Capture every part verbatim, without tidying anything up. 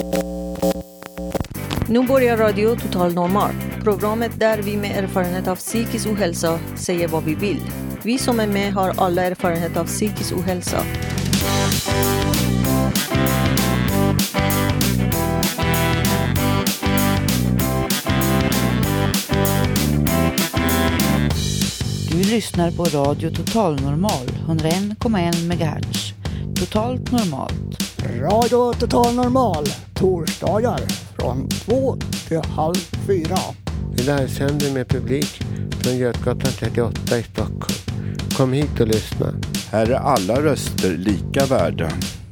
Nu börjar Radio Total Normal, programmet där vi med erfarenhet av psykisk ohälsa säger vad vi vill. Vi som är med har alla erfarenhet av psykisk ohälsa. Du lyssnar på Radio Total Normal, hundra en komma en megahertz. Totalt normalt. Radio Total Normal, torsdagar från två till halv fyra. Vi livesänder med publik från Götgatan trettioåtta i Stockholm. Kom hit och lyssna. Här är alla röster lika värda.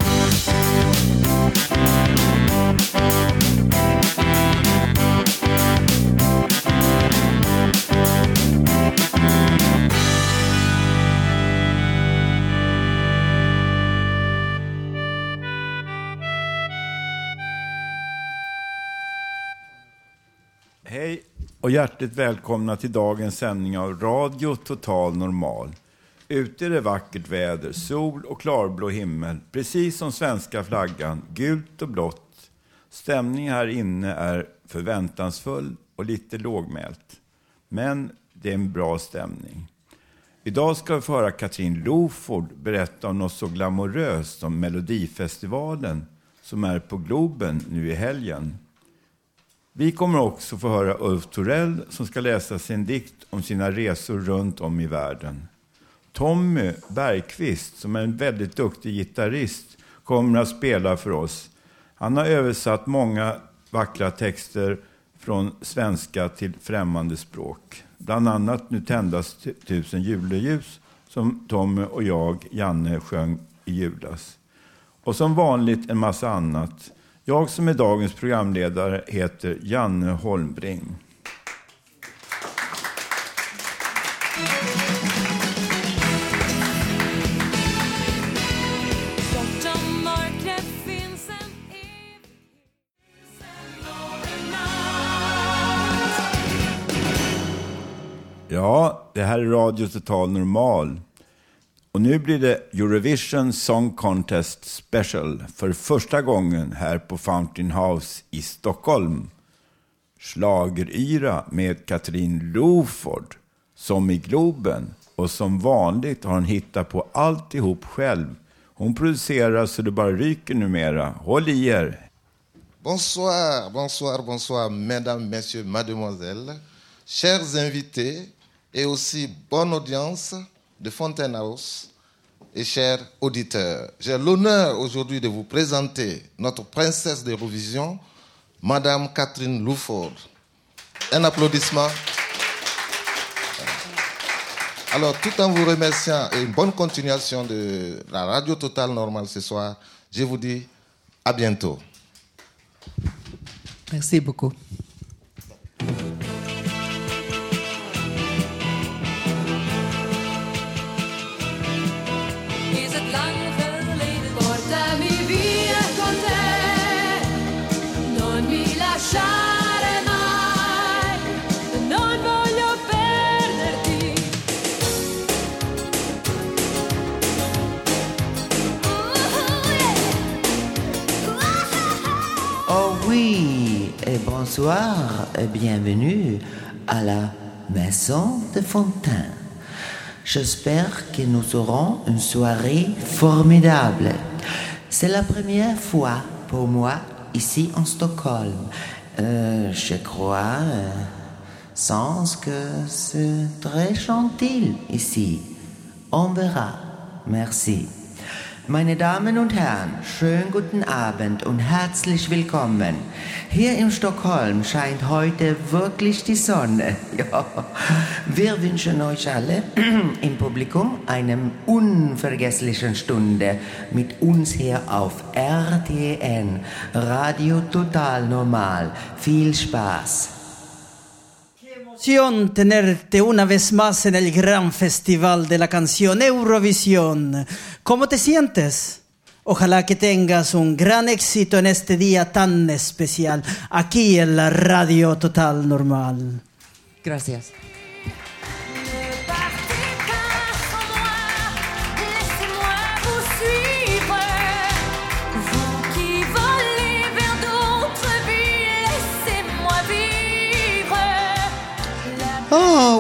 Hej och hjärtligt välkomna till dagens sändning av Radio Total Normal. Ute är det vackert väder, sol och klarblå himmel, precis som svenska flaggan, gult och blått. Stämningen här inne är förväntansfull och lite lågmält. Men det är en bra stämning. Idag ska vi få höra Katrin Loford berätta om något så glamoröst som Melodifestivalen som är på Globen nu i helgen. Vi kommer också få höra Ulf Torell som ska läsa sin dikt om sina resor runt om i världen. Tommy Bergqvist, som är en väldigt duktig gitarrist, kommer att spela för oss. Han har översatt många vackra texter från svenska till främmande språk. Bland annat Nu tändas tusen juleljus som Tommy och jag, Janne, sjöng i julas. Och som vanligt en massa annat. Jag som är dagens programledare heter Janne Holmbring. Ja, det här är Radio Total Normal. Och nu blir det Eurovision Song Contest Special för första gången här på Fountain House i Stockholm. Schlageryra med Katrin Loford som i Globen. Och som vanligt har hon hittat på alltihop själv. Hon producerar så det bara ryker numera. Håll i er! Bonsoir, bonsoir, bonsoir, mesdames, messieurs, mademoiselles, chers invités et aussi bonne audience de Fountain House et chers auditeurs. J'ai l'honneur aujourd'hui de vous présenter notre princesse d'Eurovision, Madame Katrin Loford. Un applaudissement. Alors, tout en vous remerciant et une bonne continuation de la Radio Total Normal ce soir, je vous dis à bientôt. Merci beaucoup. Et bonsoir et bienvenue à la Maison de Fountain. J'espère que nous aurons une soirée formidable. C'est la première fois pour moi ici en Stockholm. Euh, je crois, euh, sans que c'est très gentil ici. On verra. Merci. Meine Damen und Herren, schönen guten Abend und herzlich willkommen. Hier in Stockholm scheint heute wirklich die Sonne. Ja. Wir wünschen euch alle im Publikum eine unvergessliche Stunde mit uns hier auf R T N, Radio Total Normal. Viel Spaß. Tenerte una vez más en el gran festival de la canción Eurovisión. ¿Cómo te sientes? Ojalá que tengas un gran éxito en este día tan especial aquí en la Radio Total Normal. Gracias. Vous qui volez vers d'autres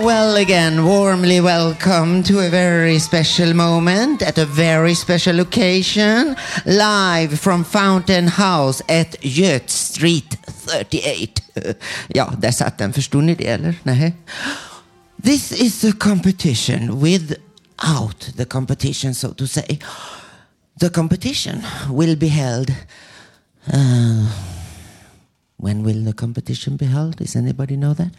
well again, warmly welcome to a very special moment at a very special occasion, live from Fountain House at Göt Street thirty-eight. Ja, där satt den. Förstod ni det eller? Nej. This is a competition without the competition, so to say. The competition will be held... Uh, when will the competition be held? Does anybody know that?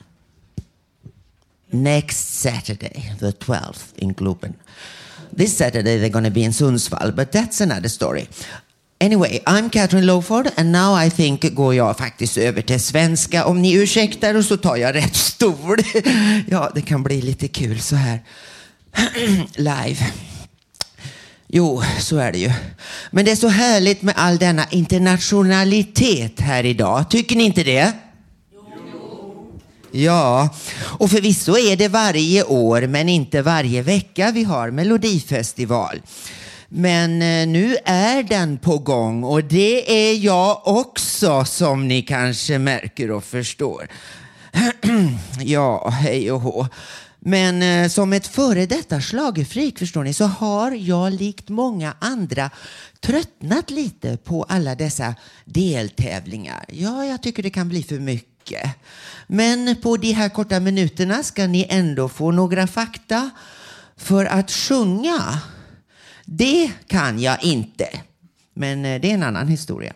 Next Saturday, the twelfth, in Globen. This Saturday they're going to be in Sundsvall, but that's another story. Anyway, I'm Catherine Lowford, and now I think går jag faktiskt över till svenska. Om ni ursäktar, och så tar jag rätt stol. Ja, det kan bli lite kul så här. Live. Jo, så är det ju. Men det är så härligt med all denna internationalitet här idag. Tycker ni inte det? Jo. Ja, och förvisso är det varje år men inte varje vecka vi har Melodifestival. Men nu är den på gång och det är jag också, som ni kanske märker och förstår. Ja, hej och hå. Men eh, som ett före detta schlagerfreak, förstår ni, så har jag likt många andra tröttnat lite på alla dessa deltävlingar. Ja, jag tycker det kan bli för mycket. Men på de här korta minuterna ska ni ändå få några fakta. För att sjunga, det kan jag inte. Men eh, det är en annan historia.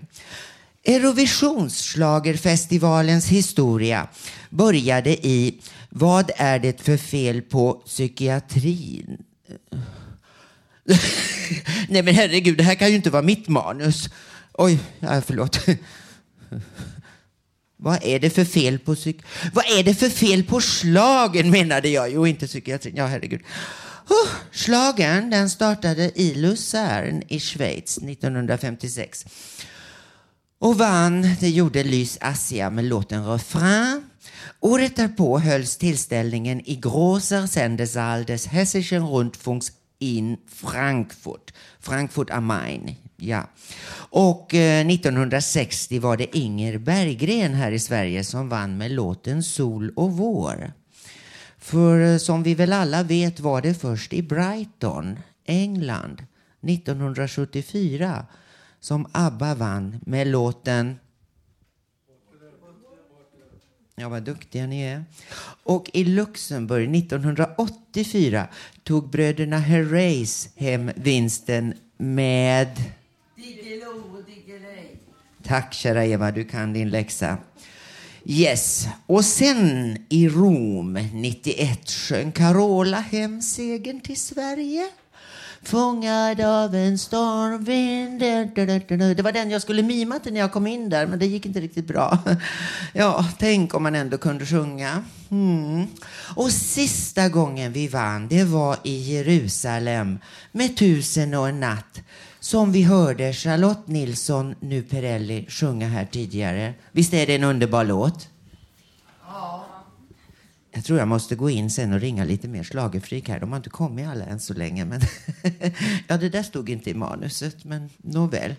Eurovisionsschlagerfestivalens historia började i Vad är det för fel på psykiatrin? Nej men herregud, det här kan ju inte vara mitt manus. Oj, ja, förlåt. Vad är det för fel på psyk... Vad är det för fel på schlagern, menade jag. Jo, inte psykiatrin. Ja, herregud. Oh, schlagern, den startade i Luzern i Schweiz nittonhundrafemtiosex. Och vann, det gjorde Lys Assia med låten Refrain. Året därpå hölls tillställningen i Großer Sendesaal des Hessischen Rundfunks in Frankfurt. Frankfurt am Main, ja. Och eh, nittonhundrasextio var det Inger Berggren här i Sverige som vann med låten Sol och vår. För eh, som vi väl alla vet var det först i Brighton, England, nittonhundrasjuttiofyra som ABBA vann med låten... Ja, vad duktiga ni är. Och i Luxemburg nittonhundraåttiofyra tog bröderna Herreys hem vinsten med... Diggiloo, diggiley. Tack kära Eva, du kan din läxa. Yes, och sen i Rom nittioett sjöng Carola hem segern till Sverige. Fångad av en stormvind. Det var den jag skulle mima till när jag kom in där, men det gick inte riktigt bra. Ja, tänk om man ändå kunde sjunga. Mm. Och sista gången vi vann, det var i Jerusalem med Tusen och en natt, som vi hörde Charlotte Nilsson Nuperelli sjunga här tidigare. Visst är det en underbar låt? Ja. Jag tror jag måste gå in sen och ringa lite mer schlagerfreak här. De har inte kommit alla än så länge. Men ja, det där stod inte i manuset, men nåväl.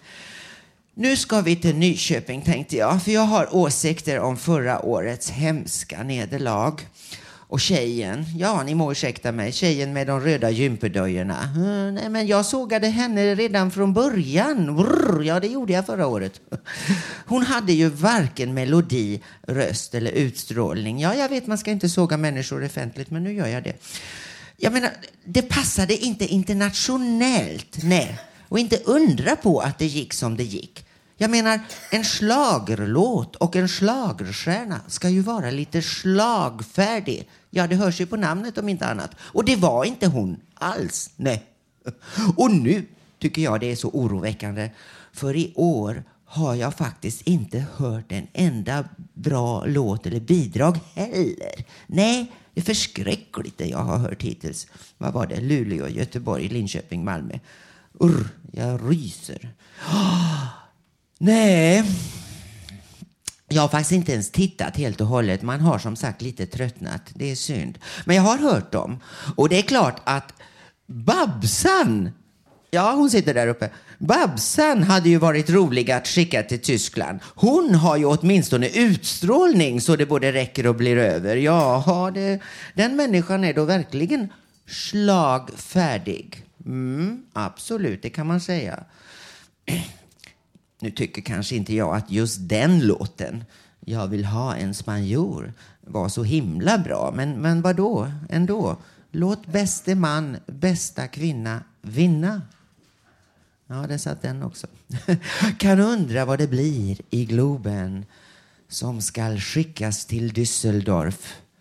Nu ska vi till Nyköping, tänkte jag. För jag har åsikter om förra årets hemska nederlag. Och tjejen, ja ni må ursäkta mig, tjejen med de röda gympedöjorna. Mm, nej, men jag sågade henne redan från början. Brr, ja, det gjorde jag förra året. Hon hade ju varken melodi, röst eller utstrålning. Ja, jag vet man ska inte såga människor offentligt, men nu gör jag det. Jag menar, det passade inte internationellt, nej. Och inte undra på att det gick som det gick. Jag menar, en schlagerlåt och en schlagerstjärna ska ju vara lite slagfärdig. Ja, det hörs ju på namnet om inte annat. Och det var inte hon alls, nej. Och nu tycker jag det är så oroväckande. För i år har jag faktiskt inte hört en enda bra låt eller bidrag heller. Nej, det är förskräckligt det jag har hört hittills. Vad var det? Luleå, Göteborg, Linköping, Malmö. Urr, jag ryser. Oh, nej. Jag har faktiskt inte ens tittat helt och hållet. Man har som sagt lite tröttnat. Det är synd. Men jag har hört dem. Och det är klart att Babsan Ja, hon sitter där uppe. Babsan hade ju varit rolig att skicka till Tyskland. Hon har ju åtminstone utstrålning så det både räcker och blir över. Ja, det, den människan är då verkligen slagfärdig. Mm, absolut, det kan man säga. Nu tycker kanske inte jag att just den låten, Jag vill ha en spanjor, var så himla bra. Men, men vadå? Ändå. Låt bäste man, bästa kvinna vinna. Ja, det satt den också. Kan undra vad det blir i Globen som ska skickas till Düsseldorf.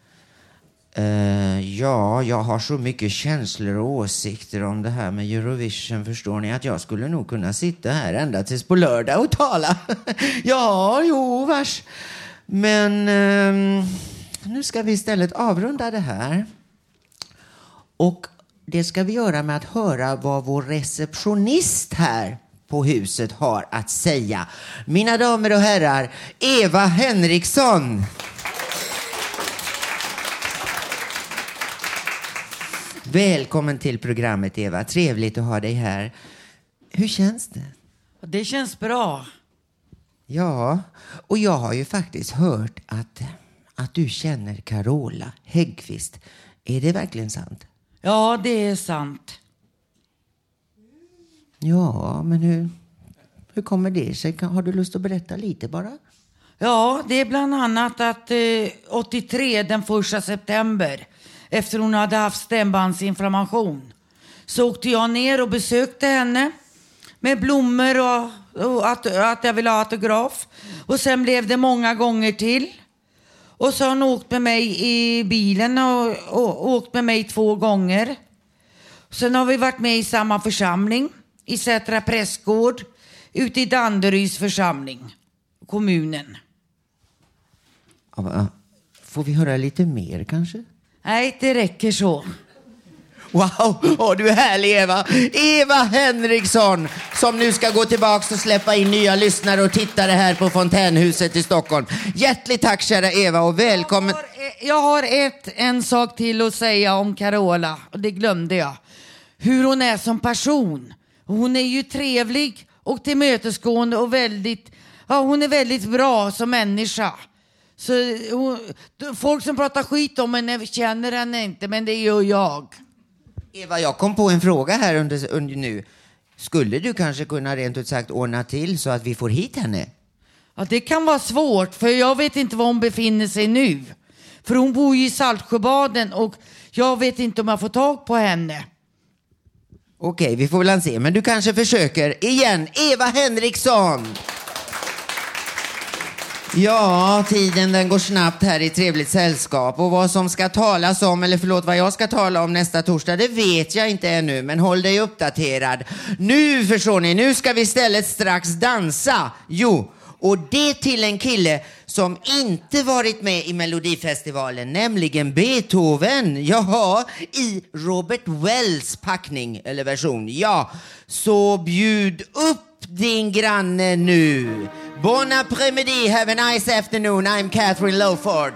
Uh, ja, jag har så mycket känslor och åsikter om det här med Eurovision, förstår ni, att jag skulle nog kunna sitta här ända tills på lördag och tala. Ja, jo, vars. Men uh, nu ska vi istället avrunda det här. Och det ska vi göra med att höra vad vår receptionist här på huset har att säga. Mina damer och herrar, Eva Henriksson. Välkommen till programmet, Eva. Trevligt att ha dig här. Hur känns det? Det känns bra. Ja, och jag har ju faktiskt hört att, att du känner Carola Häggkvist. Är det verkligen sant? Ja, det är sant. Ja, men hur, hur kommer det sig? Har du lust att berätta lite bara? Ja, det är bland annat att eh, åttiotre, den första september, efter hon hade haft stämbandsinflammation, så åkte jag ner och besökte henne med blommor och, och att, att jag ville ha autograf. Och sen blev det många gånger till. Och så har hon åkt med mig i bilen och, och, och åkt med mig två gånger. Sen har vi varit med i samma församling, i Sätra prästgård, ute i Danderyds församling, kommunen. Får vi höra lite mer kanske? Nej, det räcker så. Wow, oh, du är härlig, Eva. Eva Henriksson, som nu ska gå tillbaka och släppa in nya lyssnare och tittare här på Fontänhuset i Stockholm. Hjärtligt tack, kära Eva, och välkommen. Jag har, jag har ett, en sak till att säga om Carola, och det glömde jag. Hur hon är som person. Hon är ju trevlig och tillmötesgående och väldigt, ja, hon är väldigt bra som människa. Så hon, folk som pratar skit om henne känner henne inte, men det gör jag. Eva, jag kom på en fråga här under, under nu. Skulle du kanske kunna rent ut sagt ordna till så att vi får hit henne? Ja, det kan vara svårt, för jag vet inte var hon befinner sig nu. För hon bor ju i Saltsjöbaden och jag vet inte om jag får tag på henne. Okej, vi får väl se. Men du kanske försöker igen. Eva Henriksson! Ja, tiden den går snabbt här i trevligt sällskap. Och vad som ska talas om, eller förlåt, vad jag ska tala om nästa torsdag, det vet jag inte ännu. Men håll dig uppdaterad. Nu förstår ni, nu ska vi istället strax dansa. Jo, och det till en kille som inte varit med i Melodifestivalen, nämligen Beethoven. Ja, i Robert Wells packning, eller version. Ja, så bjud upp din granne nu. Bon après-midi, have a nice afternoon. I'm Catherine Lowford.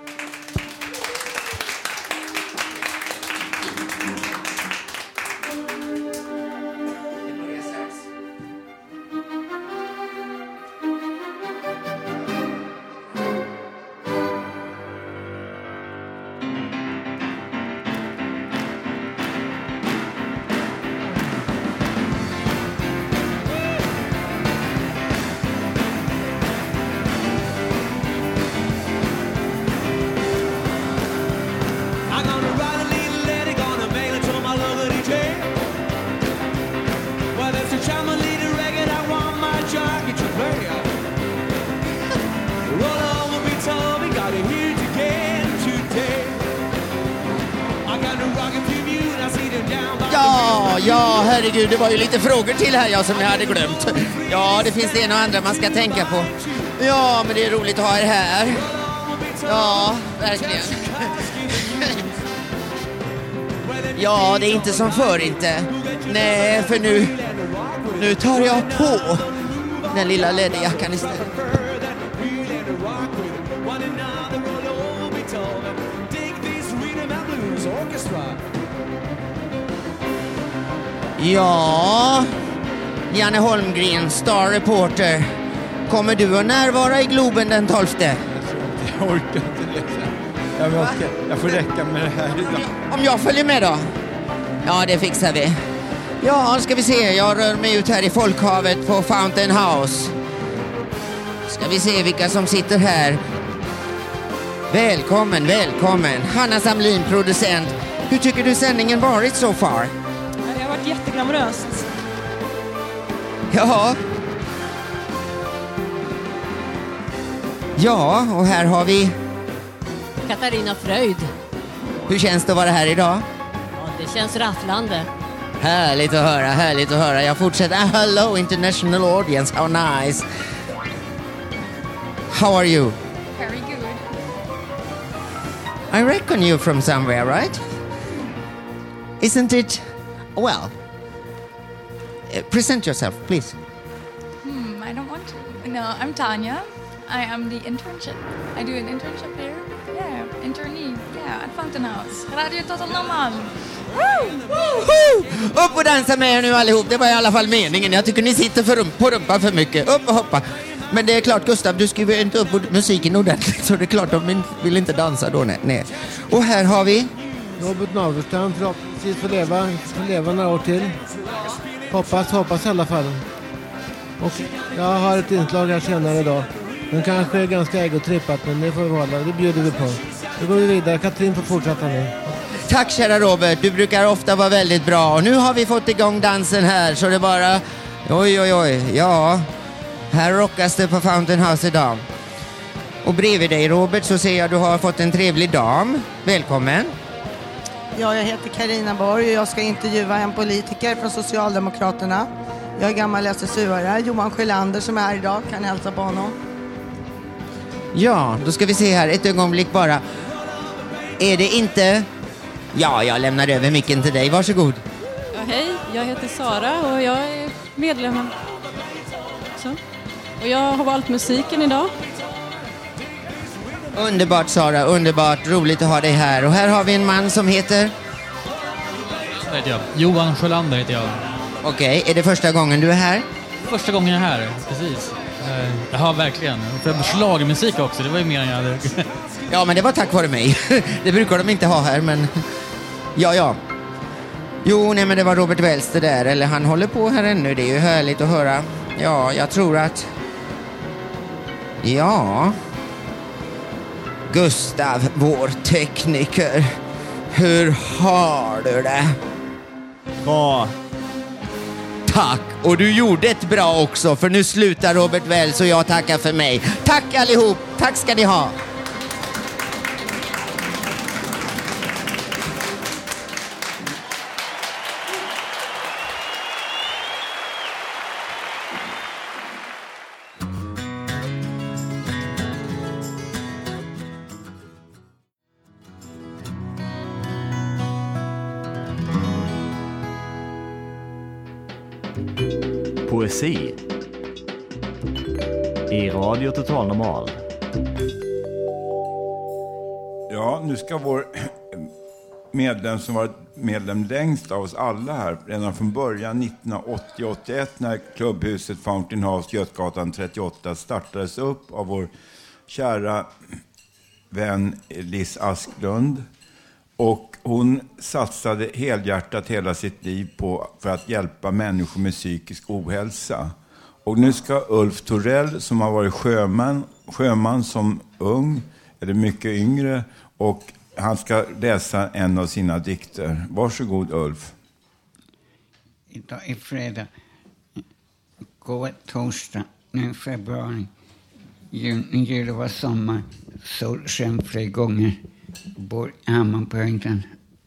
Ja, herregud, det var ju lite frågor till här jag som jag hade glömt. Ja, det finns det en och andra man ska tänka på. Ja, men det är roligt att ha er här. Ja, verkligen. Ja, det är inte som förr inte. Nej, för nu, nu tar jag på den lilla läderjackan istället. Ja, Janne Holmgren, Star Reporter. Kommer du att närvara i Globen den tolfte? Jag orkar inte det. Jag, orkar. jag får räcka med det här idag. Om jag följer med då? Ja, det fixar vi. Ja, ska vi se. Jag rör mig ut här i folkhavet på Fountain House. Ska vi se vilka som sitter här. Välkommen, välkommen. Hanna Samlin, producent. Hur tycker du sändningen varit so far? Det har varit jätteglamoröst. Ja. Ja, och här har vi Katarina Fröjd. Hur känns det att vara här idag? Ja, det känns rafflande. Härligt att höra, härligt att höra. Jag fortsätter. Hello international audience, how nice. How are you? Very good. I reckon you're from somewhere, right? Isn't it? Well, uh, present yourself, please. Hmm, I don't want to. No, I'm Tanya. I am the internship. I do an internship here. Yeah, internee. Yeah, at Fountain House. Radio Total Normal. Woo! Woo! Upp och dansa med er nu allihop. Det var i alla fall meningen. Jag tycker ni sitter för rump- på rumpan för mycket. Upp och hoppa. Men det är klart, Gustav, du skriver inte upp musiken ordentligt. Så det är klart, de vill inte dansa då. Nej. nej. Och här har vi Robert Naverstam, förhoppningsvis får leva, får leva några år till. Hoppas, hoppas i alla fall. Och jag har ett inslag här senare idag. Den kanske är ganska egotrippat, men det får vi hålla. Det bjuder vi på. Nu går vi vidare. Katrin får fortsätta nu. Tack kära Robert, du brukar ofta vara väldigt bra. Och nu har vi fått igång dansen här, så det bara... Oj, oj, oj. Ja, här rockas det på Fountain House idag. Och bredvid dig Robert så ser jag att du har fått en trevlig dam. Välkommen. Ja, jag heter Carina Borg och jag ska intervjua en politiker från Socialdemokraterna. Jag är gammal S S U-are. Johan Sjölander som är här idag, kan jag hälsa på honom. Ja, då ska vi se här ett ögonblick bara. Är det inte... Ja, jag lämnar över micken till dig. Varsågod. Ja, hej, jag heter Sara och jag är medlem. Så. Och jag har valt musiken idag. Underbart Sara, underbart. Roligt att ha dig här. Och här har vi en man som heter... Det heter jag. Johan Sjölander heter jag. Okej, okay. Är det första gången du är här? Första gången jag är här, precis. Ja, verkligen. För schlagermusik också, det var ju mer än jag hade... Ja, men det var tack vare mig. Det brukar de inte ha här, men... Ja, ja. Jo, nej, men det var Robert Wells det där. Eller han håller på här ännu, det är ju härligt att höra. Ja, jag tror att... Ja... Gustav, vår tekniker. Hur har du det? Bra. Tack, och du gjorde ett bra också, för nu slutar Robert Wells och jag tackar för mig. Tack allihop, tack ska ni ha. Poesi i Radio Total Normal. Ja, nu ska vår medlem som varit medlem längst av oss alla här, redan från början nittonhundraåttio åttioett när klubbhuset Fountain House, Götgatan trettioåtta, startades upp av vår kära vän Liz Asklund. Och hon satsade helhjärtat hela sitt liv på för att hjälpa människor med psykisk ohälsa. Och nu ska Ulf Torell, som har varit sjöman, sjöman som ung, eller mycket yngre, och han ska läsa en av sina dikter. Varsågod Ulf. Idag är fredag. Går torsdag, nu februari. Juni, juli var sommar. Solsken flera gånger. Bor i Hammarbyhöjden.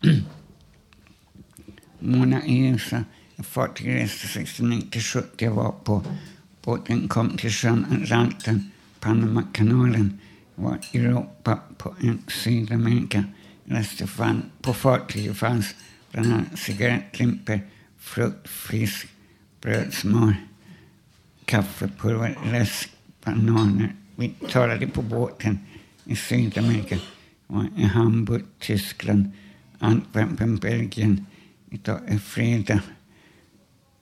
Mona Isa, fartygresa sextionio till sjuttio. Jag var på båten, kom till sjön Atlanten, Panamakanalen. Var i Europa på en Sydamerika. Läste fan, på fartyget fanns bland annat cigarettlimper, frukt, fisk, brödsmör, kaffepulver, läsk, bananer. Vi talade på båten i Sydamerika. Var i Hamburg, Tyskland, Antwerpen, Belgien. Idag är fredag.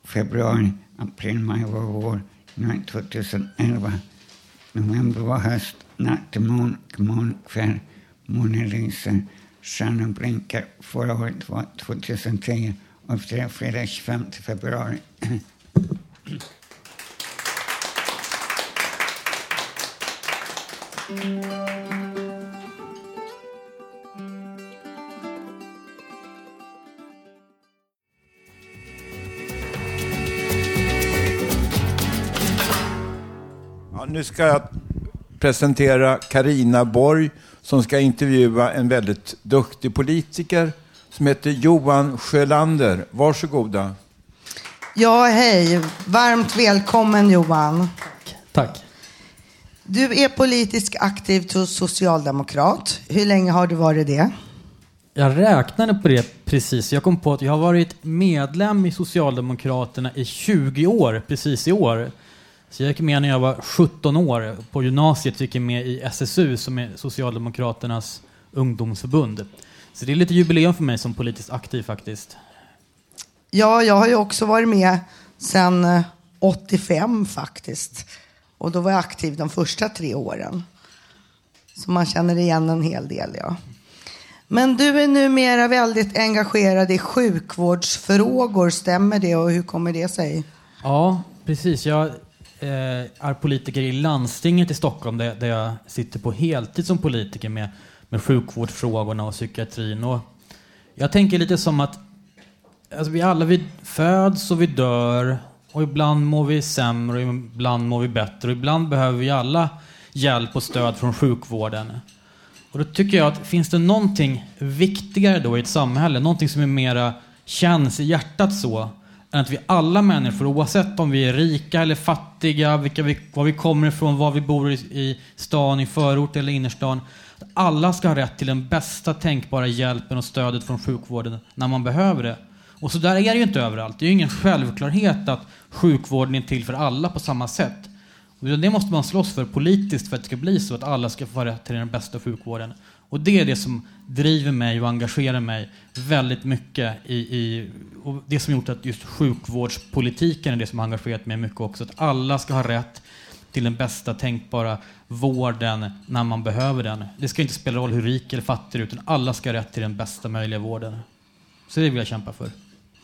februari, april, maj var vår. Nu är tjugoelva. November var höst. Natt till mån, mån, kväll. Månen lyser. Stjärnan blinkar. Förra året var tjugohundratio. Och efter det fredag tjugofemte februari. Ja, nu ska jag presentera Carina Borg som ska intervjua en väldigt duktig politiker som heter Johan Sjölander. Varsågoda. Ja, hej. Varmt välkommen Johan. Tack. Du är politiskt aktiv till socialdemokrat. Hur länge har du varit det? Jag räknade på det precis. Jag kom på att jag har varit medlem i Socialdemokraterna i tjugo år, precis i år. Så jag gick med när jag var sjutton år. På gymnasiet gick jag med i S S U som är Socialdemokraternas ungdomsförbund. Så det är lite jubileum för mig som politiskt aktiv faktiskt. Ja, jag har ju också varit med sedan åttiofem faktiskt. Och då var jag aktiv de första tre åren. Så man känner igen en hel del, ja. Men du är numera väldigt engagerad i sjukvårdsfrågor, stämmer det? Och hur kommer det sig? Ja, precis. Jag eh, är politiker i landstinget i Stockholm där, där jag sitter på heltid som politiker med, med sjukvårdsfrågorna och psykiatrin. Och jag tänker lite som att alltså, vi alla vi föds och vi dör. Och ibland mår vi sämre och ibland mår vi bättre. Och ibland behöver vi alla hjälp och stöd från sjukvården. Och då tycker jag att finns det någonting viktigare då i ett samhälle, någonting som är mera känns i hjärtat så, än att vi alla människor, oavsett om vi är rika eller fattiga, vilka vi, var vi kommer ifrån, var vi bor i, i stan, i förort eller innerstan, att alla ska ha rätt till den bästa tänkbara hjälpen och stödet från sjukvården när man behöver det. Och så där är det ju inte överallt. Det är ju ingen självklarhet att sjukvården är till för alla på samma sätt. Och det måste man slåss för politiskt för att det ska bli så att alla ska få rätt till den bästa sjukvården. Och det är det som driver mig och engagerar mig väldigt mycket i, i och det som gjort att just sjukvårdspolitiken är det som har engagerat mig mycket också. Att alla ska ha rätt till den bästa tänkbara vården när man behöver den. Det ska inte spela roll hur rik eller fattig utan alla ska ha rätt till den bästa möjliga vården. Så det vill jag kämpa för.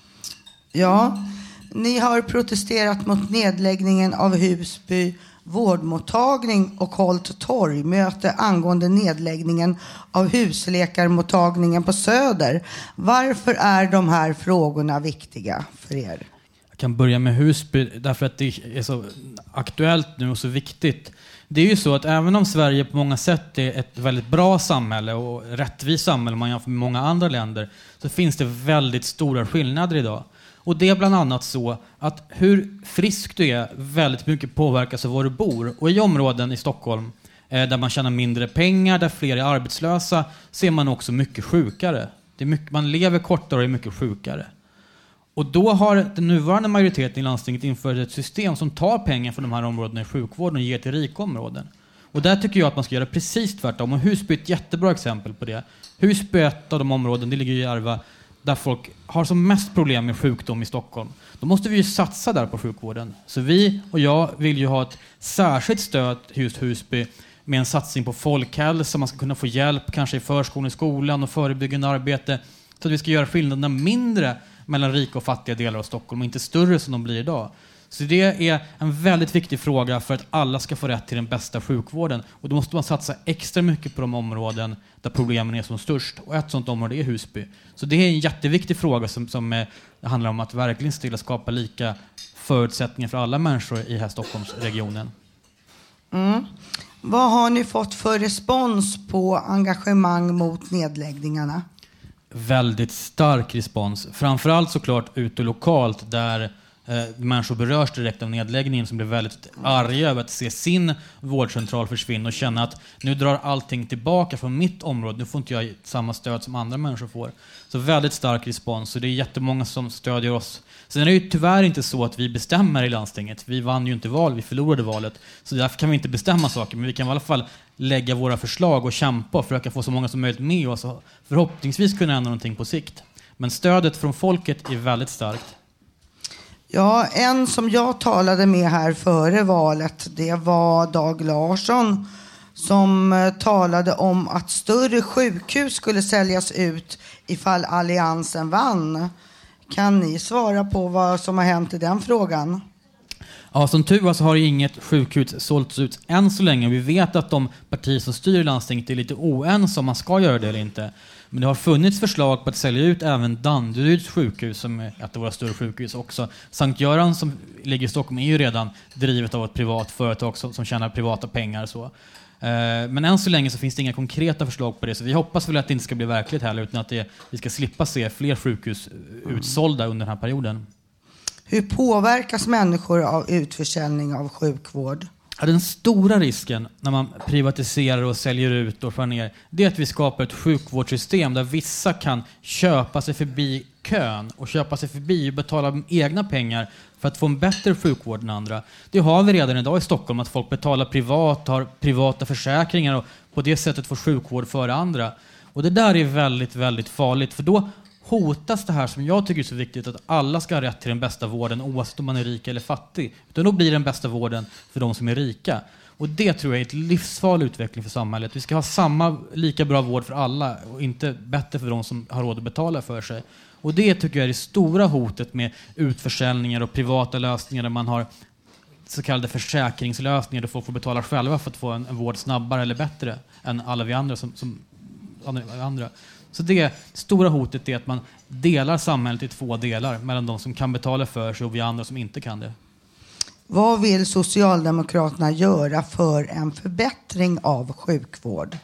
Ja, ni har protesterat mot nedläggningen av Husby vårdmottagning och hållit torgmöte angående nedläggningen av husläkarmottagningen på Söder. Varför är de här frågorna viktiga för er? Jag kan börja med Husby därför att det är så aktuellt nu och så viktigt. Det är ju så att även om Sverige på många sätt är ett väldigt bra samhälle och rättvist samhälle man jämför med många andra länder, så finns det väldigt stora skillnader idag. Och det är bland annat så att hur frisk du är väldigt mycket påverkas av var du bor. Och i områden i Stockholm eh, där man tjänar mindre pengar, där fler är arbetslösa, så är man också mycket sjukare. Det är mycket, man lever kortare och är mycket sjukare. Och då har den nuvarande majoriteten i landstinget infört ett system som tar pengar från de här områdena i sjukvården och ger till rika områden. Och där tycker jag att man ska göra precis tvärtom. Och Husby är ett jättebra exempel på det. Husby är ett av de områden, det ligger i Järva, där folk har som mest problem med sjukdom i Stockholm. Då måste vi ju satsa där på sjukvården. Så vi och jag vill ju ha ett särskilt stöd till just Husby med en satsning på folkhälsa. Man ska kunna få hjälp kanske i förskolan, i skolan och förebyggande arbete. Så att vi ska göra skillnaderna mindre mellan rika och fattiga delar av Stockholm och inte större som de blir idag. Så det är en väldigt viktig fråga för att alla ska få rätt till den bästa sjukvården. Och då måste man satsa extra mycket på de områden där problemen är som störst. Och ett sådant område är Husby. Så det är en jätteviktig fråga som, som är, handlar om att verkligen stilla skapa lika förutsättningar för alla människor i här Stockholmsregionen. Mm. Vad har ni fått för respons på engagemang mot nedläggningarna? Väldigt stark respons. Framförallt såklart ute lokalt där eh, människor berörs direkt av nedläggningen, som blir väldigt arga över att se sin vårdcentral försvinna och känna att nu drar allting tillbaka från mitt område. Nu får inte jag samma stöd som andra människor får. Så väldigt stark respons. Så det är jättemånga som stödjer oss. Sen är det ju tyvärr inte så att vi bestämmer i landstinget. Vi vann ju inte val, vi förlorade valet. Så därför kan vi inte bestämma saker. Men vi kan i alla fall lägga våra förslag och kämpa och försöka få så många som möjligt med oss. Och förhoppningsvis kunna ändra någonting på sikt. Men stödet från folket är väldigt starkt. Ja, en som jag talade med här före valet, det var Dag Larsson som eh, talade om att större sjukhus skulle säljas ut ifall alliansen vann. Kan ni svara på vad som har hänt i den frågan? Ja, som tur var så har ju inget sjukhus sålts ut än så länge. Vi vet att de partier som styr landstinget är lite oense om man ska göra det eller inte. Men det har funnits förslag på att sälja ut även Danderyds sjukhus, som är ett av våra större sjukhus också. Sankt Göran som ligger i Stockholm är ju redan drivet av ett privat företag som, som tjänar privata pengar. Så. Men än så länge så finns det inga konkreta förslag på det. Så vi hoppas väl att det inte ska bli verkligt heller, utan att det, vi ska slippa se fler sjukhus utsålda under den här perioden. Hur påverkas människor av utförsäljning av sjukvård? Ja, den stora risken när man privatiserar och säljer ut och skär ner, det är att vi skapar ett sjukvårdssystem där vissa kan köpa sig förbi kön och köpa sig förbi och betala egna pengar för att få en bättre sjukvård än andra. Det har vi redan idag i Stockholm, att folk betalar privat, har privata försäkringar och på det sättet får sjukvård före andra. Och det där är väldigt, väldigt farligt, för då hotas det här som jag tycker är så viktigt, att alla ska ha rätt till den bästa vården oavsett om man är rik eller fattig. Utan då blir den bästa vården för de som är rika. Och det tror jag är ett livsfarlig utveckling för samhället. Vi ska ha samma, lika bra vård för alla och inte bättre för de som har råd att betala för sig. Och det tycker jag är det stora hotet med utförsäljningar och privata lösningar där man har så kallade försäkringslösningar där folk får betala själva för att få en, en vård snabbare eller bättre än alla vi andra som, som andra. Så det stora hotet är att man delar samhället i två delar, mellan de som kan betala för sig och vi andra som inte kan det. Vad vill Socialdemokraterna göra för en förbättring av sjukvård?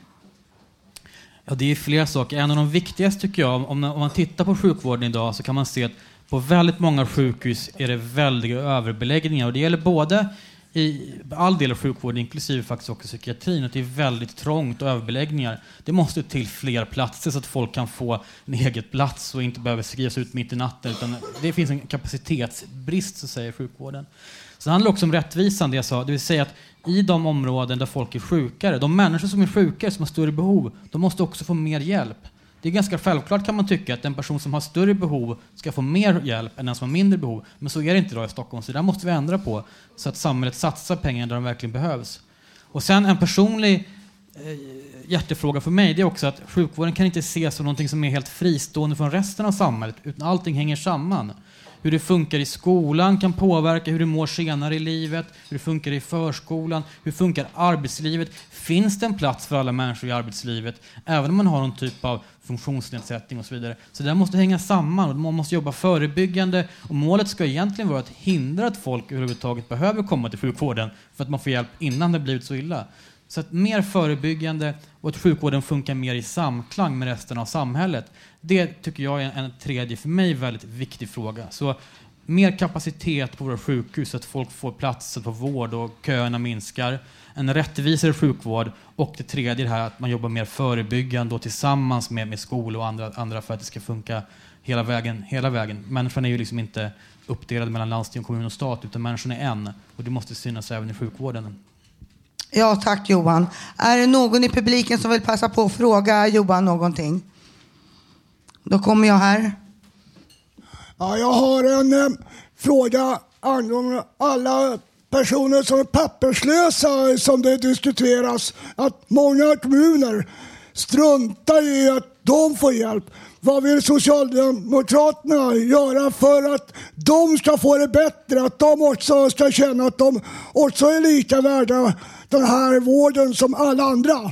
Ja, det är flera saker. En av de viktigaste tycker jag, om, om man tittar på sjukvården idag så kan man se att på väldigt många sjukhus är det väldiga överbeläggningar. Och det gäller både i all del av sjukvården, inklusive faktiskt också psykiatrin, att det är väldigt trångt och överbeläggningar. Det måste till fler platser så att folk kan få en egen plats och inte behöver skrivas ut mitt i natten, utan det finns en kapacitetsbrist, så säger sjukvården. Så det handlar också om rättvisan, det jag sa, det vill säga att i de områden där folk är sjukare, de människor som är sjukare, som har större behov, de måste också få mer hjälp. Det är ganska självklart, kan man tycka, att en person som har större behov ska få mer hjälp än den som har mindre behov. Men så är det inte idag i Stockholm, så det där måste vi ändra på så att samhället satsar pengar där de verkligen behövs. Och sen en personlig eh, hjärtefråga för mig, det är också att sjukvården kan inte ses som någonting som är helt fristående från resten av samhället, utan allting hänger samman. Hur det funkar i skolan kan påverka hur du mår senare i livet, hur det funkar i förskolan, hur funkar arbetslivet. Finns det en plats för alla människor i arbetslivet, även om man har någon typ av funktionsnedsättning och så vidare. Så det måste hänga samman och man måste jobba förebyggande. Och målet ska egentligen vara att hindra att folk överhuvudtaget behöver komma till sjukvården för att man får hjälp innan det blivit så illa. Så att mer förebyggande och att sjukvården funkar mer i samklang med resten av samhället. Det tycker jag är en tredje, för mig, väldigt viktig fråga. Så mer kapacitet på våra sjukhus så att folk får plats att få vård och köerna minskar. En rättvisare sjukvård, och det tredje det här att man jobbar mer förebyggande och tillsammans med, med skola och andra, andra för att det ska funka hela vägen, hela vägen. Människan är ju liksom inte uppdelad mellan landsting, kommun och stat, utan människan är en, och det måste synas även i sjukvården. Ja, tack Johan. Är det någon i publiken som vill passa på att fråga Johan någonting? Då kommer jag här. Ja, jag har en eh, fråga angående alla personer som är papperslösa som det diskuteras. Att många kommuner struntar i att de får hjälp. Vad vill Socialdemokraterna göra för att de ska få det bättre? Att de också ska känna att de också är lika värda den här vården som alla andra?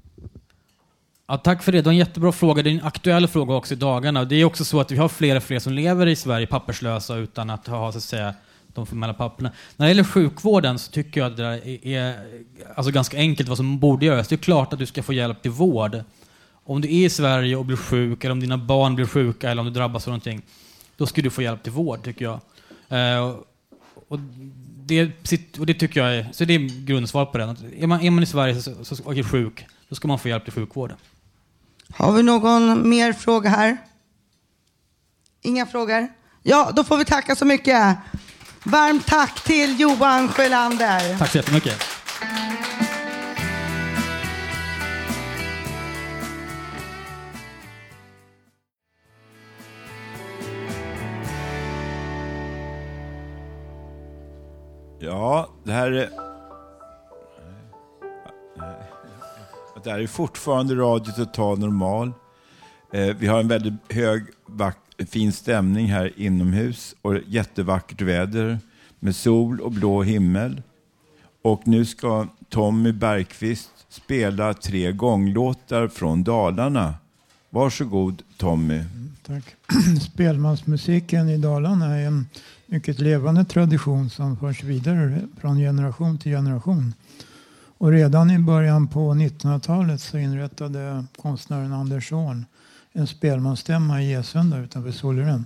Ja, tack för det. Det är en jättebra fråga. Det är en aktuell fråga också i dagarna. Det är också så att vi har fler och fler som lever i Sverige papperslösa utan att ha, så att säga, de formella papperna. När det gäller sjukvården så tycker jag att det är, är alltså ganska enkelt vad som borde göras. Det är klart att du ska få hjälp till vård. Om du är i Sverige och blir sjuk, eller om dina barn blir sjuka, eller om du drabbas av någonting, då ska du få hjälp till vård, tycker jag. Eh, och, det, och det tycker jag är, så det är grundsvar på den. Är man, är man i Sverige så, så, och är sjuk, då ska man få hjälp till sjukvård. Har vi någon mer fråga här? Inga frågor? Ja, då får vi tacka så mycket. Varmt tack till Johan Sjölander. Tack så jättemycket. Ja, det här är... Det här är fortfarande Radio Total Normal. Eh, vi har en väldigt hög, vack- fin stämning här inomhus och jättevackert väder med sol och blå himmel. Och nu ska Tommy Bergqvist spela tre gånglåtar från Dalarna. Varsågod Tommy. Tack. Spelmansmusiken i Dalarna är en mycket levande tradition som förs vidare från generation till generation. Och redan i början på nittonhundratalet så inrättade konstnären Anders Zorn en spelmansstämma i Gesunda utanför Solaren.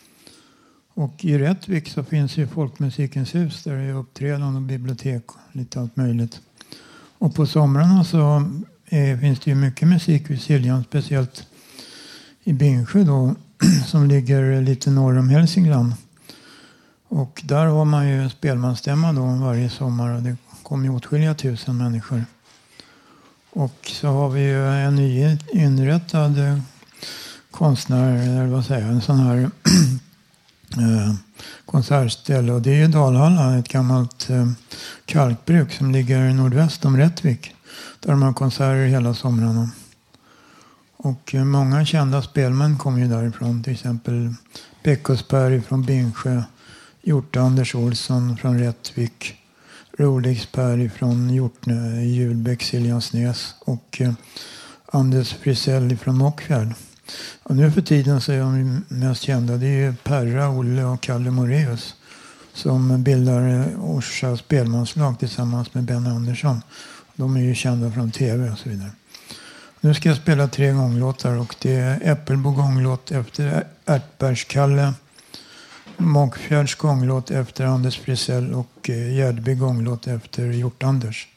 Och i Rättvik så finns ju Folkmusikens hus där det är uppträdande och bibliotek och lite allt möjligt. Och på somrarna så är, finns det ju mycket musik vid Siljan, speciellt i Bingsjö då, som ligger lite norr om Hälsingland. Och där har man ju spelmansstämma då varje sommar och det kommer ju åtskilliga tusen människor. Och så har vi ju en ny inrättad konstnär, eller vad säger jag, en sån här eh, konsertställe. Och det är ju Dalhalla, ett gammalt eh, kalkbruk som ligger nordväst om Rättvik. Där man har konserter hela somrarna. Och eh, många kända spelmän kommer ju därifrån. Till exempel Beckosberg från Bingsjö, Hjort Anders Olsson från Rättvik, Roligsberg från Hjortnö i Julbäck, Siljansnäs och eh, Anders Frisell från Mockfjärd. Och nu för tiden så är de mest kända. Det är Perra, Olle och Kalle Moreus som bildar Orsa spelmanslag tillsammans med Ben Andersson. De är ju kända från tv och så vidare. Nu ska jag spela tre gånglåtar och det är Äppelbo gånglåt efter Ärtbergskalle, Mockfjärds gånglåt efter Anders Frisell och Gärdby gånglåt efter Hjort Anders.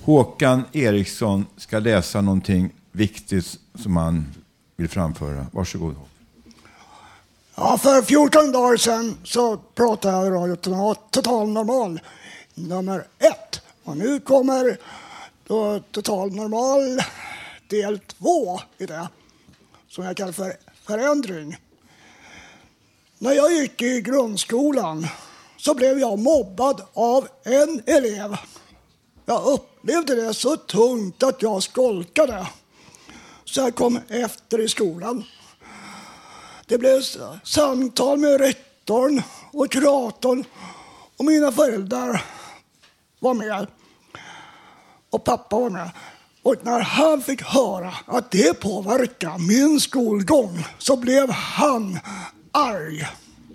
Håkan Eriksson ska läsa någonting viktigt som han vill framföra. Varsågod. Ja, för fjorton dagar sedan så pratade jag i Radio Total Normal nummer ett. Och nu kommer då Total Normal del två i det, som jag kallar för förändring. När jag gick i grundskolan så blev jag mobbad av en elev. Jag upplevde det så tungt att jag skolkade. Så jag kom efter i skolan. Det blev samtal med rektorn och kuratorn och mina föräldrar var med. Och pappa var med. Och när han fick höra att det påverkade min skolgång så blev han arg.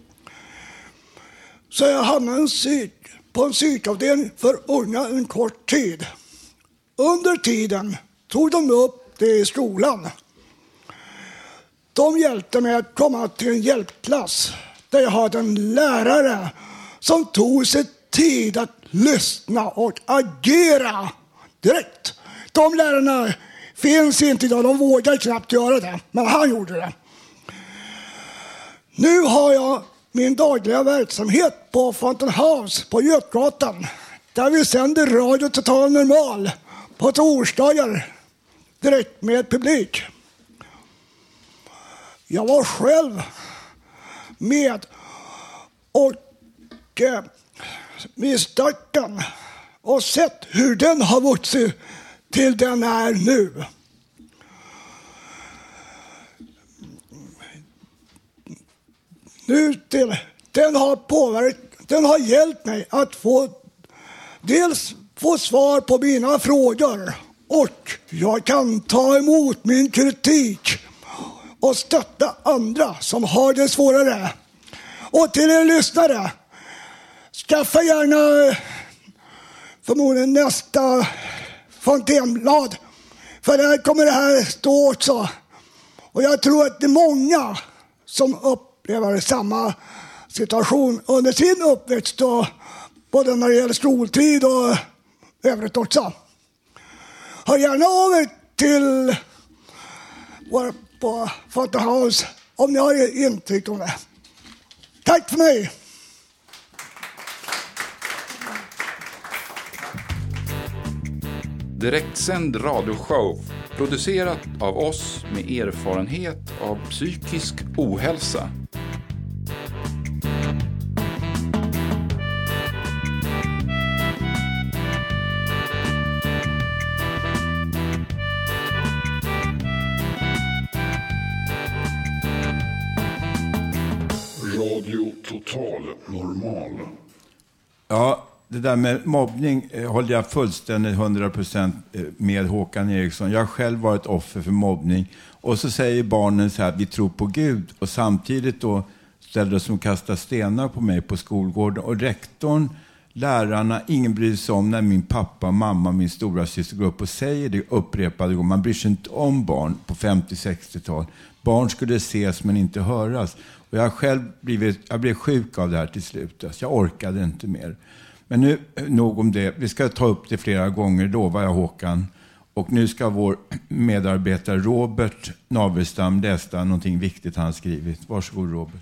Så jag hamnade en psyk, på en psykavdelning för unga en kort tid. Under tiden tog de upp det i skolan. De hjälpte mig att komma till en hjälpklass där jag hade en lärare som tog sig tid att lyssna och agera direkt. De lärarna finns inte idag, de vågar knappt göra det, men han gjorde det. Nu har jag min dagliga verksamhet på Fountain House på Götgatan, där vi sänder Radio Total Normal på torsdagar direkt med publik. Jag var själv med och eh, vid starten och sett hur den har vuxit till den är nu. Nu till, den har påverkat, den har hjälpt mig att få dels få svar på mina frågor och jag kan ta emot min kritik och stötta andra som har det svårare. Och till er lyssnare, skaffa gärna förmodligen nästa fontänblad, för där kommer det här stå också. Och jag tror att det är många som upplever samma situation under sin uppväxt, och både när det gäller skoltid och övrigt också. Hör gärna av er till vår på Fountain House om ni har intryck om det. Tack för mig! Direktsänd radioshow producerat av oss med erfarenhet av psykisk ohälsa. Radio Total Normal. Ja, det där med mobbning eh, håller jag fullständigt hundra procent med Håkan Eriksson. Jag har själv varit offer för mobbning. Och så säger barnen så här, vi tror på Gud. Och samtidigt då ställer de som kastar stenar på mig på skolgården. Och rektorn, lärarna, ingen bryr sig om när min pappa, mamma, min stora syster går upp och säger det upprepade gånger. Man bryr sig inte om barn på femtio-sextiotal. Barn skulle ses men inte höras. Och jag har själv blivit, jag blev sjuk av det här till slut. Alltså jag orkade inte mer. Men nu, nog om det. Vi ska ta upp det flera gånger, lovar jag Håkan. Och nu ska vår medarbetare Robert Navelstam läsa någonting viktigt han har skrivit. Varsågod Robert.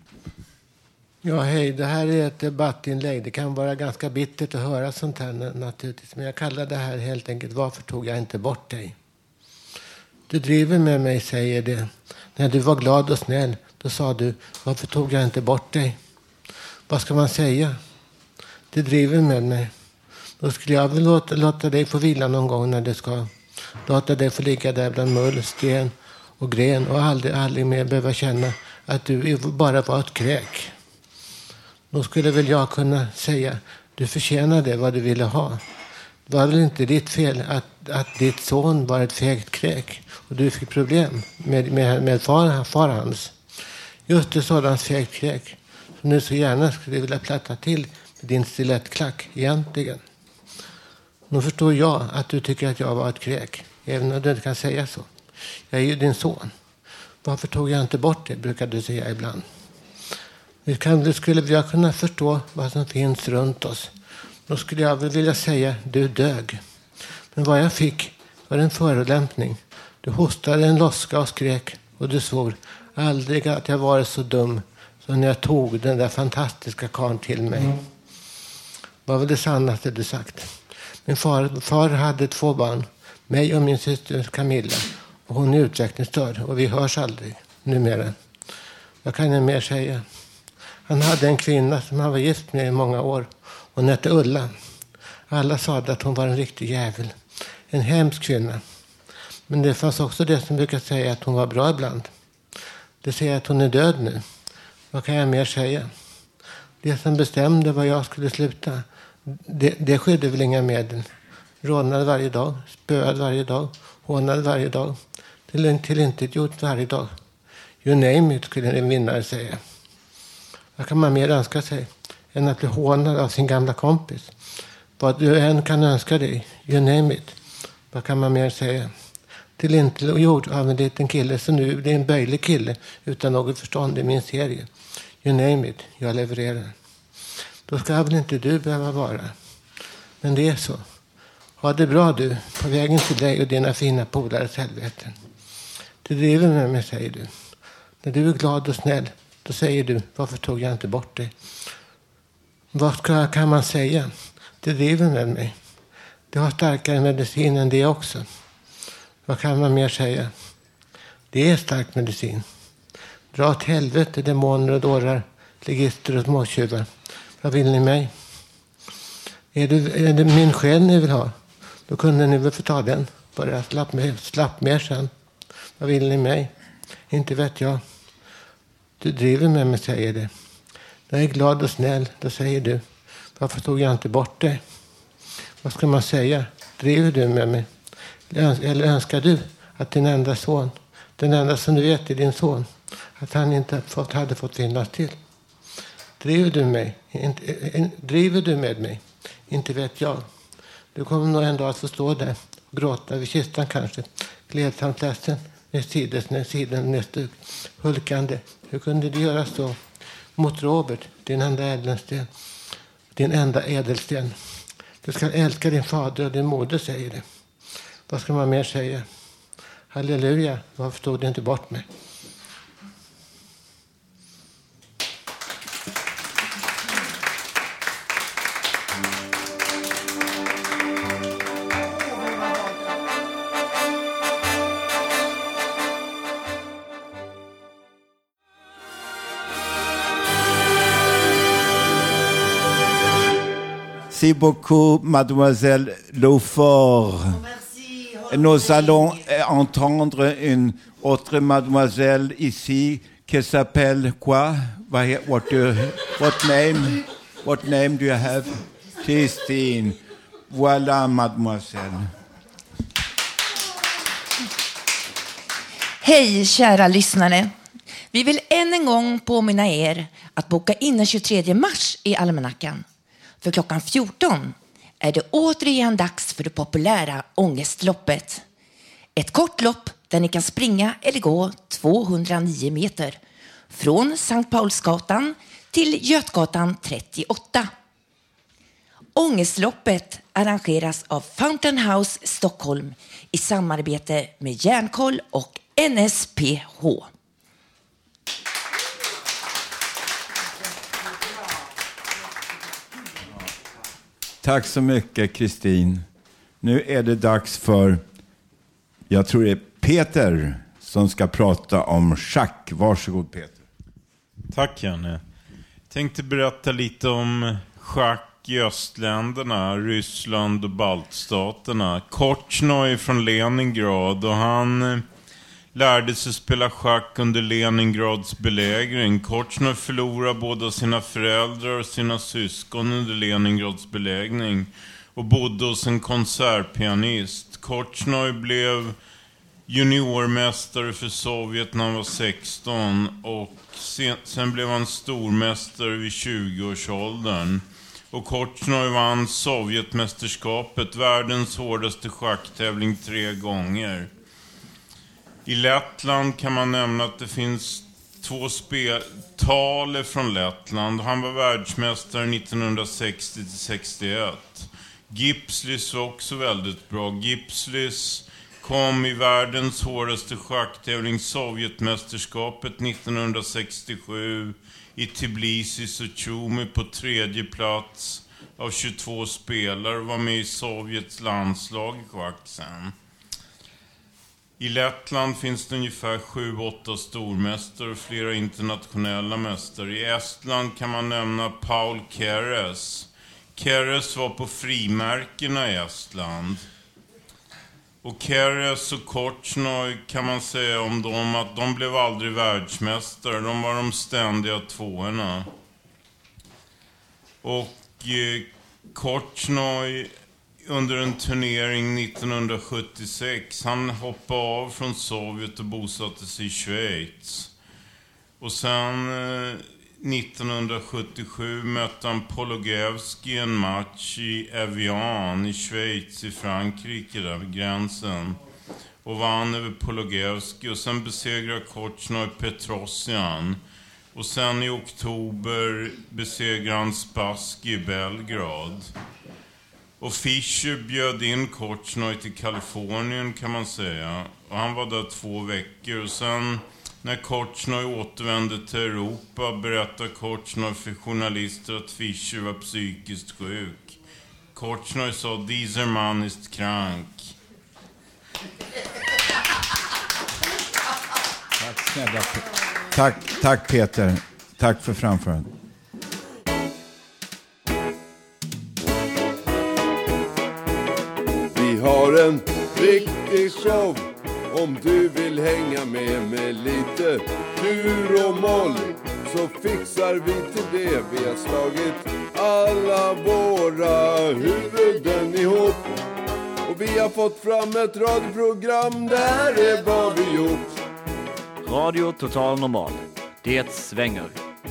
Ja, hej. Det här är ett debattinlägg. Det kan vara ganska bittert att höra sånt här naturligtvis. Men jag kallar det här helt enkelt, varför tog jag inte bort dig? Du driver med mig, säger det. När du var glad och snäll, då sa du, varför tog jag inte bort dig? Vad ska man säga? Det driver med mig. Då skulle jag väl låta, låta dig få vila någon gång när du ska. Låta dig få ligga där bland mull, sten och gren och aldrig, aldrig mer behöva känna att du bara var ett kräk. Då skulle väl jag kunna säga, du förtjänar det vad du ville ha. Det var väl inte ditt fel att, att ditt son var ett fegt kräk och du fick problem med, med, med far, far hans. Just ett sådant fegt kräk som nu så gärna skulle vilja platta till med din stilettklack egentligen. Nu förstår jag att du tycker att jag var ett kräk, även om du inte kan säga så. Jag är ju din son. Varför tog jag inte bort det, brukar du säga ibland. Vi kan, du skulle jag kunna förstå vad som finns runt oss. Då skulle jag väl vilja säga, du dög. Men vad jag fick var en förolämpning. Du hostade en loska och skrek och du svor aldrig att jag varit så dum som när jag tog den där fantastiska karln till mig. Mm. Vad var det sannaste du sagt? Min far, far hade två barn, mig och min syster Camilla. Och hon är utvecklingsstörd och vi hörs aldrig numera. Vad kan jag mer säga? Han hade en kvinna som han var gift med i många år. Hon hette Ulla. Alla sa att hon var en riktig jävel. En hemsk kvinna. Men det fanns också det som brukar säga att hon var bra ibland. Det säger att hon är död nu. Vad kan jag mer säga? Det som bestämde var jag skulle sluta. Det, det skedde väl inga medel. Rånade varje dag. Spöade varje dag. Hånade varje dag. Till, till inte gjort varje dag. You name it, skulle en vinnare säga. Vad kan man mer önska sig än att bli hånad av sin gamla kompis? Vad du än kan önska dig. You name it. Vad kan man mer säga? Till inte gjort av en liten kille så nu blir en böjlig kille utan något förstånd i min serie. You name it. Jag levererar. Då ska väl inte du behöva vara. Men det är så. Ha det bra du på vägen till dig och dina fina polares helvete. Du driver med mig, säger du. När du är glad och snäll, då säger du, varför tog jag inte bort dig? Vad ska, kan man säga? Du driver med mig. Du har starkare medicin än det också. Vad kan man mer säga? Det är stark medicin. Dra åt helvete, demoner och dårar, ligister och småtjuvar. Vad vill ni mig? Är det, är det min själ ni vill ha? Då kunde ni väl få ta den. Bara slapp, med, slapp mer sen. Vad vill ni mig? Inte vet jag. Du driver med mig, säger det. När jag är glad och snäll, då säger du. Varför tog jag inte bort dig? Vad ska man säga? Driver du med mig? Eller önskar du att din enda son, den enda som du vet är din son, att han inte fått, hade fått finnas till? Driver du mig? Inte, driver du med mig? Inte vet jag. Du kommer nog ändå att få stå där och gråta vid kistan kanske. Gledsamt ledsen med sidan, sidan nästuk. Hulkande. Hur kunde du göra så? Mot Robert, din enda ädelsten. Din enda ädelsten. Du ska älska din fader och din moder, säger det. Vad ska man mer säga? Halleluja, varför tog du inte bort mig? Merci beaucoup, mademoiselle Lofort. Nous allons entendre une autre mademoiselle ici qui s'appelle quoi? What, do, what name? What name do you have? Christine. Voilà, mademoiselle. Hej kära lyssnare. Vi vill än en gång påminna er att boka in den tjugotredje mars i almanackan. För klockan fjorton är det återigen dags för det populära Ångestloppet. Ett kort lopp där ni kan springa eller gå tvåhundranio meter. Från Sankt Paulsgatan till Götgatan trettioåtta. Ångestloppet arrangeras av Fountain House Stockholm i samarbete med Järnkoll och N S P H. Tack så mycket, Kristin. Nu är det dags för, jag tror det är Peter som ska prata om schack. Varsågod, Peter. Tack, Janne. Jag tänkte berätta lite om schack i östländerna, Ryssland och baltstaterna. Korchnoj från Leningrad, och han lärde sig spela schack under Leningrads belägring. Korchnoj förlorade båda sina föräldrar och sina syskon under Leningrads belägring och bodde hos en konsertpianist. Korchnoj blev juniormästare för Sovjet när han var sexton, och sen, sen blev han stormästare vid tjugoårsåldern. Och Korchnoj vann Sovjetmästerskapet, världens hårdaste schacktävling, tre gånger. I Lettland kan man nämna att det finns två speltale från Lettland. Han var världsmästare nittonhundrasextio till sextioett. Gipslys var också väldigt bra. Gipslys kom i världens hårdaste schacktävling, Sovjetmästerskapet nittonhundrasextiosju, i Tbilisi Suchumi på tredje plats av tjugotvå spelare och var med i Sovjets landslag i schack sen. I Lettland finns det ungefär sju åtta stormästare och flera internationella mästare. I Estland kan man nämna Paul Keres. Keres var på frimärkena i Estland. Och Keres och Korchnoi kan man säga om dem att de blev aldrig världsmästare. De var de ständiga tvåorna. Och eh, Korchnoi under en turnering nittonhundrasjuttiosex, han hoppade av från Sovjet och bosatte sig i Schweiz. Och sen eh, nittonhundrasjuttiosju mötte han Pologevski i en match i Evian i Schweiz i Frankrike där vid gränsen. Och vann över Pologevski och sen besegrade Korchnoi Petrosian. Och sen i oktober besegrade han Spassky i Belgrad. Och Fischer bjöd in Korchnoi till Kalifornien kan man säga. Och han var där två veckor. Och sen när Korchnoi återvände till Europa berättade Korchnoi för journalister att Fischer var psykiskt sjuk. Korchnoi sa, dieser Mann ist krank. Tack snälla. Tack, tack Peter. Tack för framförandet. Vi har en riktig show om du vill hänga med med lite tur och moll. Så fixar vi till det. Vi har slagit alla våra huvuden ihop. Och vi har fått fram ett radioprogram. Det här är vad vi gjort. Radio Total Normal. Det svänger.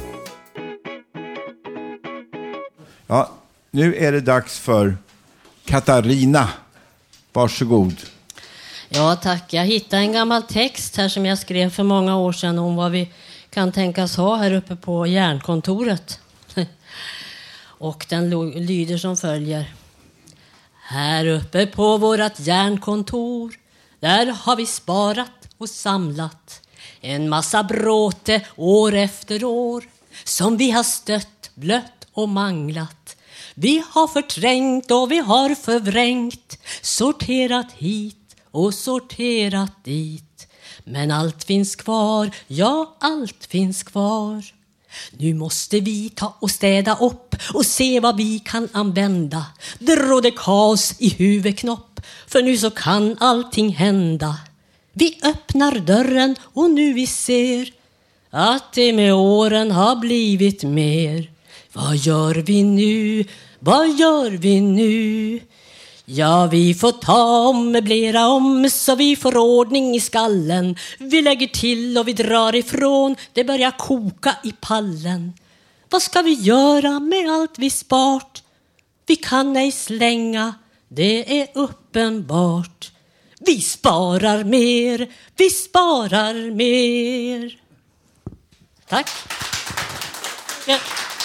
Ja, nu är det dags för Katarina. Varsågod. Ja, tack. Jag hittade en gammal text här som jag skrev för många år sedan om vad vi kan tänkas ha här uppe på järnkontoret. Och den lyder som följer. Här uppe på vårat järnkontor, där har vi sparat och samlat en massa bråte år efter år som vi har stött, blött och manglat. Vi har förträngt och vi har förvrängt, sorterat hit och sorterat dit. Men allt finns kvar, ja allt finns kvar. Nu måste vi ta och städa upp och se vad vi kan använda. Det råder kaos i huvudknopp, för nu så kan allting hända. Vi öppnar dörren och nu vi ser att det med åren har blivit mer. Vad gör vi nu? Vad gör vi nu? Ja, vi får ta om, möblera om så vi får ordning i skallen. Vi lägger till och vi drar ifrån, det börjar koka i pallen. Vad ska vi göra med allt vi spart? Vi kan ej slänga, det är uppenbart. Vi sparar mer, vi sparar mer. Tack. Ja.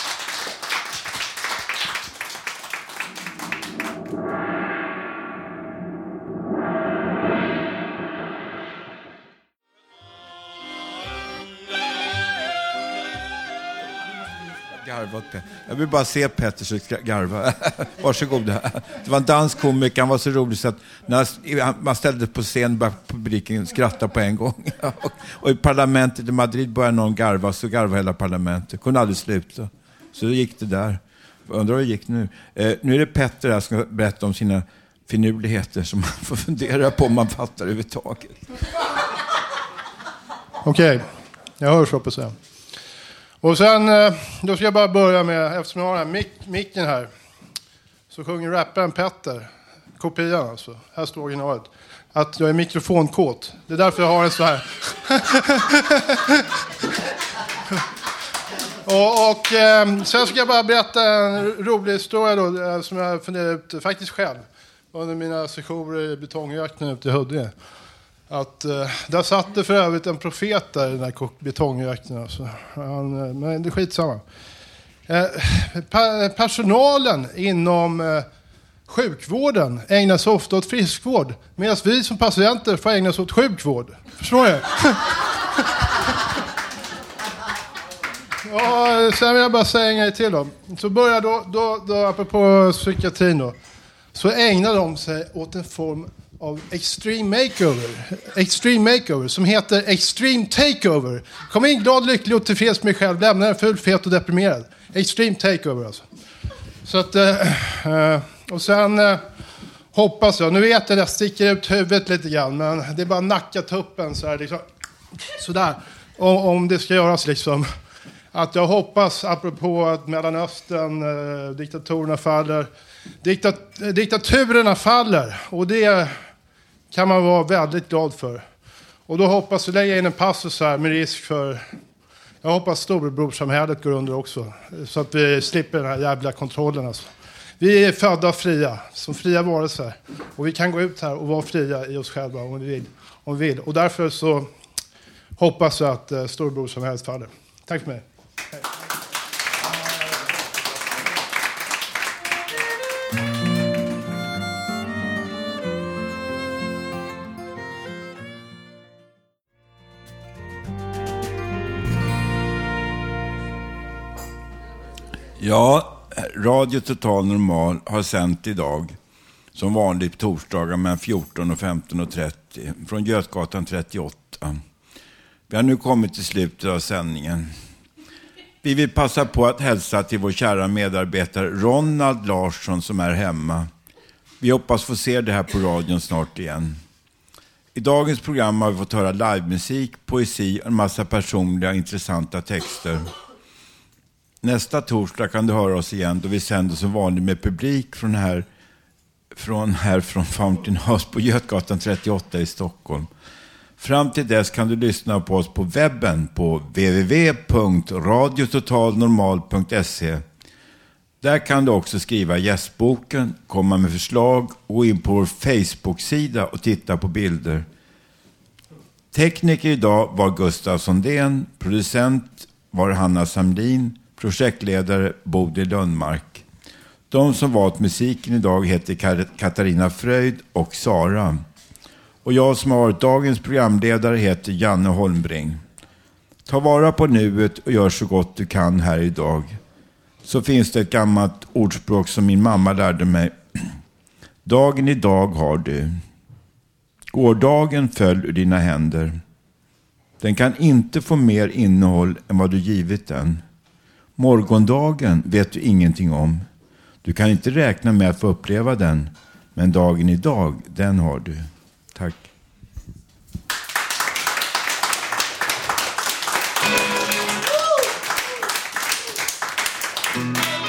Jag vill bara se Petter garva. Varsågod. Det var en danskomiker, han var så rolig så att när man ställde på scen började publiken skratta på en gång. Och i parlamentet i Madrid började någon garva, så garva hela parlamentet. Kunde aldrig sluta. Så då gick det där. Undrar hur det gick nu. Eh, nu är det Petter här som ska berätta om sina finurligheter som man får fundera på om man fattar överhuvudtaget. Okej, okay. Jag hör så på sen. Och sen, då ska jag bara börja med, eftersom jag har den här mic- micken här, så sjunger rapparen Petter, kopian alltså, här står originalet, att jag är mikrofonkåt. Det är därför jag har en så här. och och eh, sen ska jag bara berätta en rolig historia då, som jag funderade ut faktiskt själv under mina sessioner i betongöknen ute i Huddinge. Att eh, där satt det för övrigt en profet där i den här betongöknen. Alltså. Han, men det är skitsamma. Eh, per, personalen inom eh, sjukvården ägnar sig ofta åt friskvård, medan vi som patienter får ägna oss åt sjukvård. Förstår ni? Ja, sen vill jag bara säga en grej till då. Så börjar då, då, då apropå psykiatrin då, så ägnar de sig åt en form av extreme makeover. Extreme makeover som heter extreme takeover. Kom in glad, lycklig och tillfreds med mig själv. Lämna den ful, fet och deprimerad. Extreme takeover alltså. Så att, eh, och sen eh, hoppas jag, nu vet jag att jag sticker ut huvudet lite grann, men det är bara nacka tuppen så här liksom. Sådär. Och, om det ska göras liksom. Att jag hoppas, apropå att Mellanöstern, eh, diktatorerna faller, diktat, diktaturerna faller, och det kan man vara väldigt glad för. Och då hoppas jag lägga in en passus här med risk för, jag hoppas storebrorsamhället går under också, så att vi slipper den här jävla kontrollen alltså. Vi är födda fria, som fria varelser, och vi kan gå ut här och vara fria i oss själva om vi vill. Om vi vill. Och därför så hoppas jag att eh, storebrorsamhället faller. Tack för mig. Hej. Ja, Radio Total Normal har sänt idag som vanligt torsdagar mellan fjorton och femton och trettio från Götgatan trettioåtta. Vi har nu kommit till slutet av sändningen. Vi vill passa på att hälsa till vår kära medarbetare Ronald Larsson som är hemma. Vi hoppas få se det här på radion snart igen. I dagens program har vi fått höra livemusik, poesi och en massa personliga intressanta texter. Nästa torsdag kan du höra oss igen då vi sänder som vanligt med publik från här från, här från Fountain House på Götgatan trettioåtta i Stockholm. Fram till dess kan du lyssna på oss på webben på w w w punkt radio total normal punkt se. Där kan du också skriva gästboken, komma med förslag och in på vår Facebook-sida och titta på bilder. Tekniker idag var Gustav Sondén, producent var Hanna Samlin, projektledare Bodil Lundmark. De som valt musiken idag heter Katarina Fröjd och Sara. Och jag som har varit dagens programledare heter Janne Holmbring. Ta vara på nuet och gör så gott du kan här idag. Så finns det ett gammalt ordspråk som min mamma lärde mig. Dagen idag har du. Gårdagen föll ur dina händer. Den kan inte få mer innehåll än vad du givit den. Morgondagen vet du ingenting om. Du kan inte räkna med att få uppleva den. Men dagen idag, den har du. Tack. Woo!